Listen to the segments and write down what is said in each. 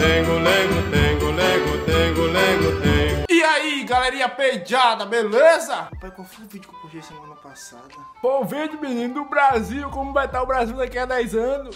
tengo, lengo, tengo, lengo, tengo, lengo, tengo. E aí, galerinha peidada, beleza? Pai, qual foi o vídeo que eu postei semana passada? Pô, o vídeo, menino, do Brasil, como vai estar o Brasil daqui a 10 anos.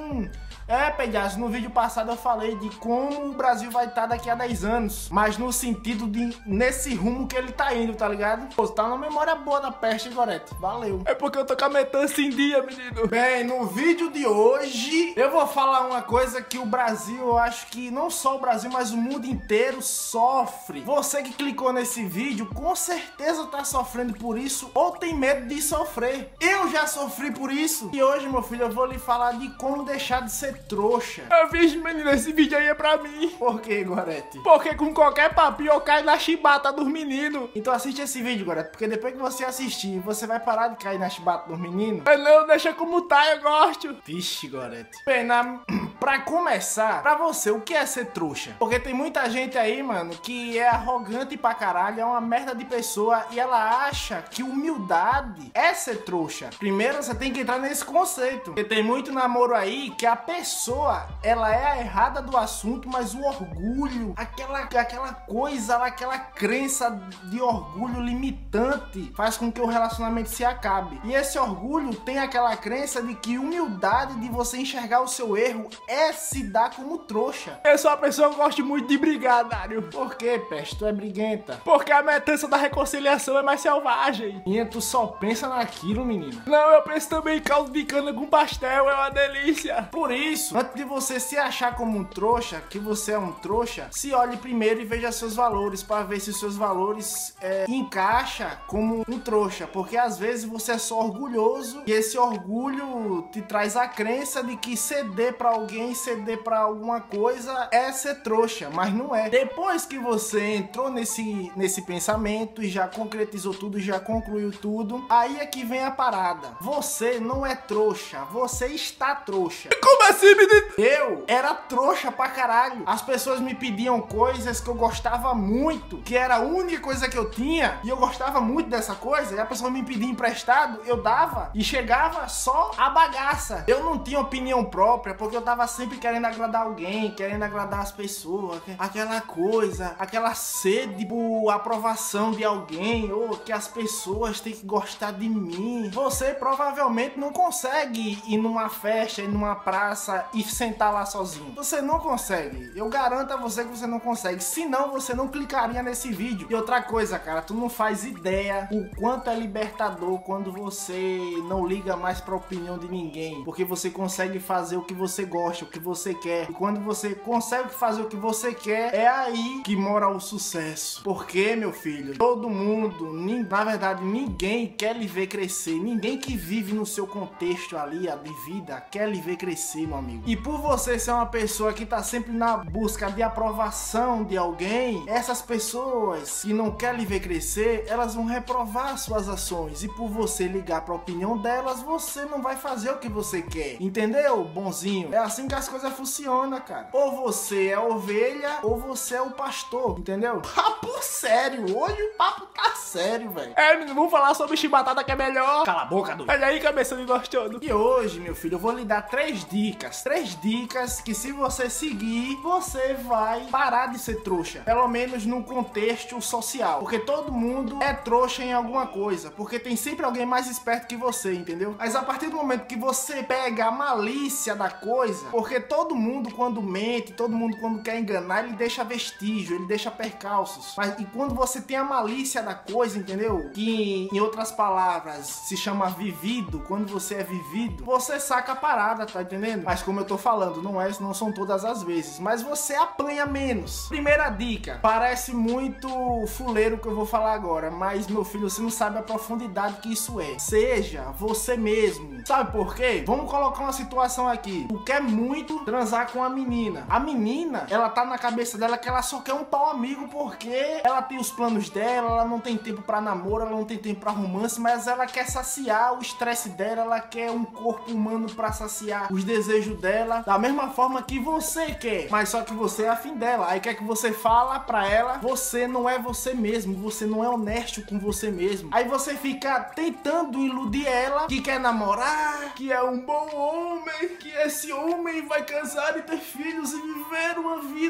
Peidaço, no vídeo passado eu falei de como o Brasil vai estar daqui a 10 anos. Mas no sentido de, nesse rumo que ele tá indo, tá ligado? Pô, tá na memória boa da peste, Gorete. Valeu. É porque eu tô com a metança em dia, menino. Bem, no vídeo de hoje, eu vou falar uma coisa que o Brasil, eu acho que não só o Brasil, mas o mundo inteiro sofre. Você que clicou nesse vídeo, com certeza tá sofrendo por isso ou tem medo de sofrer. Eu já sofri por isso. E hoje, meu filho, eu vou lhe falar de como deixar de ser trouxa. Eu vi, menino, esse vídeo aí é pra mim. Por que, Gorete? Porque com qualquer papinho eu caio na chibata dos meninos. Então assiste esse vídeo, Gorete, porque depois que você assistir, você vai parar de cair na chibata dos meninos. Não, deixa como tá, eu gosto. Vixe, Gorete. Bem, pra começar, pra você, o que é ser trouxa? Porque tem muita gente aí, mano, que é arrogante pra caralho, é uma merda de pessoa e ela acha que humildade é ser trouxa. Primeiro você tem que entrar nesse conceito. Porque tem muito namoro aí que a pessoa, ela é a errada do assunto, mas o orgulho, aquela coisa, aquela crença de orgulho limitante faz com que o relacionamento se acabe. E esse orgulho tem aquela crença de que humildade de você enxergar o seu erro é se dar como trouxa. Eu sou uma pessoa que gosta muito de brigar, Dário. Por quê, peste? Tu é briguenta? Porque a metança da reconciliação é mais selvagem. E tu só pensa naquilo, menino. Não, eu penso também em caldo de cana com pastel, é uma delícia. Por isso, antes de você se achar como um trouxa, que você é um trouxa, se olhe primeiro e veja seus valores, para ver se os seus valores encaixa como um trouxa. Porque às vezes você é só orgulhoso e esse orgulho te traz a crença de que ceder para alguém, ceder para alguma coisa é ser trouxa, mas não é. Depois que você entrou nesse pensamento e já concretizou tudo, já concluiu tudo, aí é que vem a parada. Você não é trouxa, você está trouxa. Como assim, menino? Eu era trouxa pra caralho. As pessoas me pediam coisas que eu gostava muito, que era a única coisa que eu tinha, e eu gostava muito dessa coisa, e a pessoa me pedia emprestado, eu dava, e chegava só a bagaça. Eu não tinha opinião própria, porque eu tava sempre querendo agradar alguém, querendo agradar as pessoas, aquela coisa, aquela sede por aprovação de alguém, ou que as pessoas têm que gostar de mim. Você provavelmente não consegue ir numa festa, ir numa praça e sentar lá sozinho. Você não consegue. Eu garanto a você que você não consegue. Senão você não clicaria nesse vídeo. E outra coisa, cara, tu não faz ideia o quanto é libertador quando você não liga mais pra opinião de ninguém. Porque você consegue fazer o que você gosta, o que você quer. E quando você consegue fazer o que você quer, é aí que mora o sucesso. Porque, meu filho, todo mundo, na verdade, ninguém quer lhe ver crescer. Ninguém que vive no seu contexto ali, de vida, quer lhe ver crescer, meu amigo. E por você ser uma pessoa que tá sempre na busca de aprovação de alguém, essas pessoas que não querem lhe ver crescer, elas vão reprovar suas ações. E por você ligar pra opinião delas, você não vai fazer o que você quer. Entendeu, bonzinho? É assim que as coisas funcionam, cara. Ou você é a ovelha, ou você é o pastor, entendeu? Papo sério, hoje o papo tá sério, velho. Menino, vamos falar sobre chibatada que é melhor. Cala a boca, doido. Olha aí, cabeça de gostando. E hoje, meu filho, eu vou lhe dar 3 dicas. 3 dicas que se você seguir, você vai parar de ser trouxa. Pelo menos no contexto social. Porque todo mundo é trouxa em alguma coisa. Porque tem sempre alguém mais esperto que você, entendeu? Mas a partir do momento que você pega a malícia da coisa, porque todo mundo quando mente, todo mundo quando quer enganar, ele deixa vestígio, ele deixa percalços. Mas e quando você tem a malícia da coisa, entendeu? Que em outras palavras se chama vivido, quando você é vivido, você saca a parada, tá entendendo? Mas como eu tô falando, não são todas as vezes, mas você apanha menos. Primeira dica, parece muito fuleiro o que eu vou falar agora, mas meu filho, você não sabe a profundidade que isso é. Seja você mesmo. Sabe por quê? Vamos colocar uma situação aqui. Tu quer muito transar com a menina. A menina, ela tá na cabeça dela que ela só quer um pau amigo porque ela tem os planos dela, ela não tem tempo pra namoro, ela não tem tempo pra romance, mas ela quer saciar o estresse dela, ela quer um corpo humano pra saciar os desejos dela, da mesma forma que você quer, mas só que você é afim dela. Aí quer que você fala pra ela, você não é você mesmo, você não é honesto com você mesmo. Aí você fica tentando iludir ela que quer namorar, que é um bom homem, que esse homem vai casar e ter filhos e viver uma vida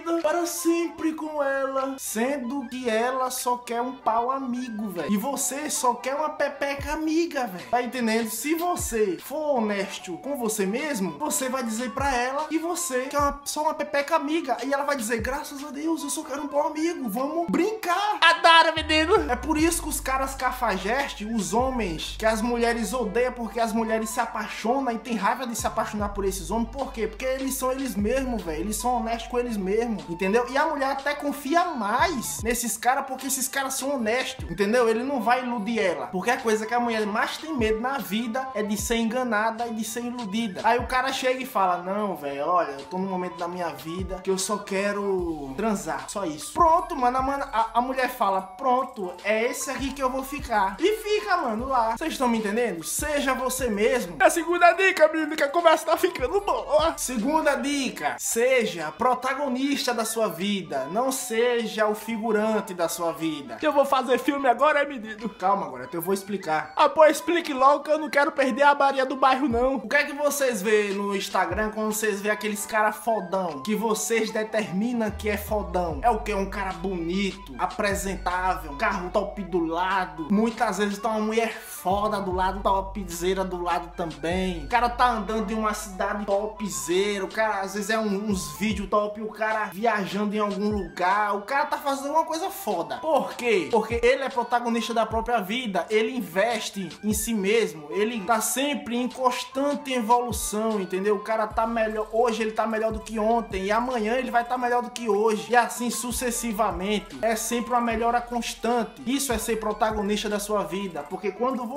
tá sempre com ela, sendo que ela só quer um pau amigo, velho. E você só quer uma pepeca amiga, velho. Tá entendendo? Se você for honesto com você mesmo, você vai dizer pra ela que você quer só uma pepeca amiga. E ela vai dizer, graças a Deus, eu só quero um pau amigo, vamos brincar. Adoro, menino. É por isso que os caras cafajestes, os homens que as mulheres odeiam porque as mulheres se apaixonam e tem raiva de se apaixonar por esses homens. Por quê? Porque eles são eles mesmos, velho. Eles são honestos com eles mesmos, entendeu? E a mulher até confia mais nesses caras porque esses caras são honestos, entendeu? Ele não vai iludir ela. Porque a coisa que a mulher mais tem medo na vida é de ser enganada e de ser iludida. Aí o cara chega e fala, não, velho, olha, eu tô num momento da minha vida que eu só quero transar, só isso. Pronto, mano, a mulher fala, pronto, é esse aqui que eu vou ficar. E fica, mano, lá. Vocês estão me entendendo? Seja você mesmo. A segunda dica, menino, que a conversa tá ficando boa. Segunda dica, seja protagonista da sua vida, não seja o figurante da sua vida. Que eu vou fazer filme agora, menino? Calma, agora eu vou explicar. Ah, pô, explique logo que eu não quero perder a Maria do bairro, não. O que é que vocês vê no Instagram quando vocês vê aqueles cara fodão, que vocês determinam que é fodão? É o que? Um cara bonito, apresentável, carro top do lado, muitas vezes tá uma mulher foda do lado, topzera do lado também. O cara tá andando em uma cidade topzera, o cara às vezes é uns vídeos top, o cara viajando em algum lugar, o cara tá fazendo uma coisa foda. Por quê? Porque ele é protagonista da própria vida, ele investe em si mesmo, ele tá sempre em constante evolução, entendeu? O cara tá melhor, hoje ele tá melhor do que ontem e amanhã ele vai estar melhor do que hoje e assim sucessivamente. É sempre uma melhora constante. Isso é ser protagonista da sua vida, porque quando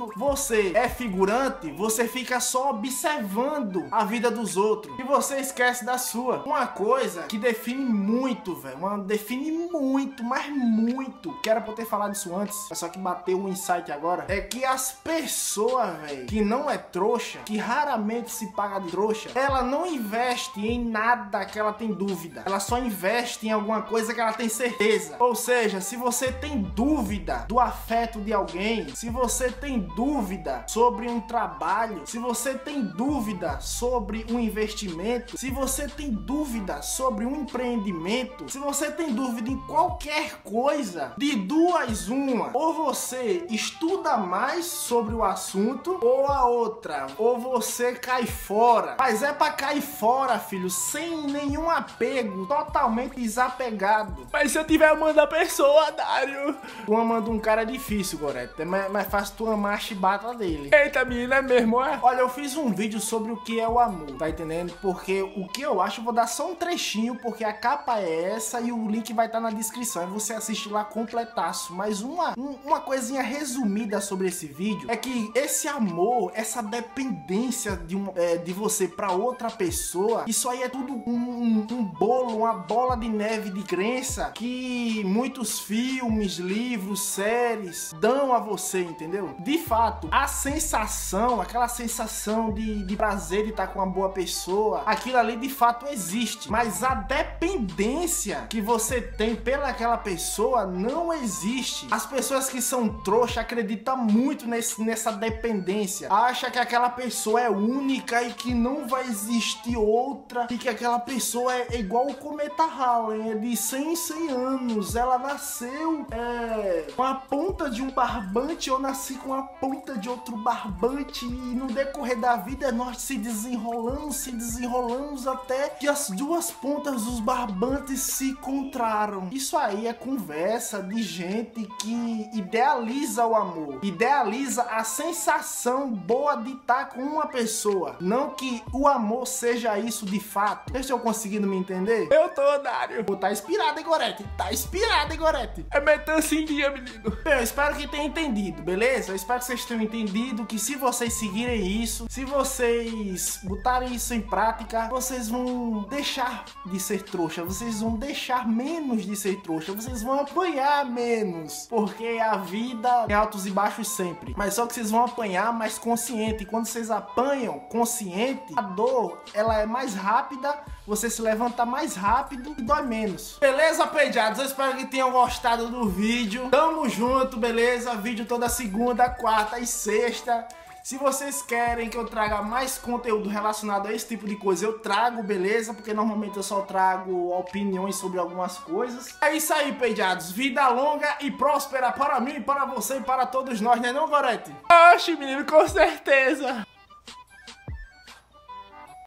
você é figurante, você fica só observando a vida dos outros e você esquece da sua. Uma coisa que define muito, velho, define muito, mas muito, que era pra eu ter falado isso antes, só que bateu um insight agora, é que as pessoas, velho, que não é trouxa, que raramente se paga de trouxa, ela não investe em nada que ela tem dúvida, ela só investe em alguma coisa que ela tem certeza. Ou seja, se você tem dúvida do afeto de alguém, se você tem dúvida sobre um trabalho, se você tem dúvida sobre um investimento, se você tem dúvida sobre um empreendimento, se você tem dúvida em qualquer coisa, de duas uma, ou você estuda mais sobre o assunto, ou a outra, ou você cai fora. Mas é pra cair fora, filho, sem nenhum apego, totalmente desapegado. Mas se eu tiver amando a pessoa, Dário? Tu amando um cara é difícil, Gorete, é mais fácil tu amar a chibata dele. Eita, menina, é mesmo, é? Olha, eu fiz um vídeo sobre o que é o amor, tá entendendo? Porque o que eu acho, eu vou dar só um trechinho, porque a capa é essa e o link vai estar na descrição, e você assiste lá completaço. Mas uma coisinha resumida sobre esse vídeo é que esse amor, essa dependência de você pra outra pessoa, isso aí é tudo um bolo, uma bola de neve de crença que muitos filmes, livros, séries dão a você, entendeu? De fato, a sensação, aquela sensação de prazer de estar com uma boa pessoa, aquilo ali de fato existe, mas a dependência que você tem pelaquela pessoa não existe. As pessoas que são trouxas acreditam muito nessa dependência, acha que aquela pessoa é única e que não vai existir outra, e que aquela pessoa é igual o cometa Halley, é de 100 em 100 anos, ela nasceu com a ponta de um barbante, eu nasci com a ponta de outro barbante, e no decorrer da vida nós se desenrolamos até que as duas pontas dos barbantes se encontraram. Isso aí é conversa de gente que idealiza o amor, idealiza a sensação boa de estar com uma pessoa, não que o amor seja isso de fato. Vocês estão conseguindo me entender? Eu tô, Dário. Pô, tá inspirado, hein, Gorete? Tá inspirado, hein, Gorete? É metancinha, menino. Bem, eu espero que tenha entendido, beleza? Eu espero que vocês tenham entendido que se vocês seguirem isso, se vocês botarem isso em prática, vocês vão deixar de ser trouxa, vocês vão deixar menos de ser trouxa, vocês vão apanhar menos, porque a vida tem altos e baixos sempre, mas só que vocês vão apanhar mais consciente, e quando vocês apanham consciente, a dor, ela é mais rápida, você se levanta mais rápido e dói menos. Beleza, pediados? Eu espero que tenham gostado do vídeo. Tamo junto, beleza? Vídeo toda segunda, quarta e sexta. Se vocês querem que eu traga mais conteúdo relacionado a esse tipo de coisa, eu trago, beleza? Porque normalmente eu só trago opiniões sobre algumas coisas. É isso aí, peidados. Vida longa e próspera para mim, para você e para todos nós, né não, Gorete? Oxe, menino, com certeza.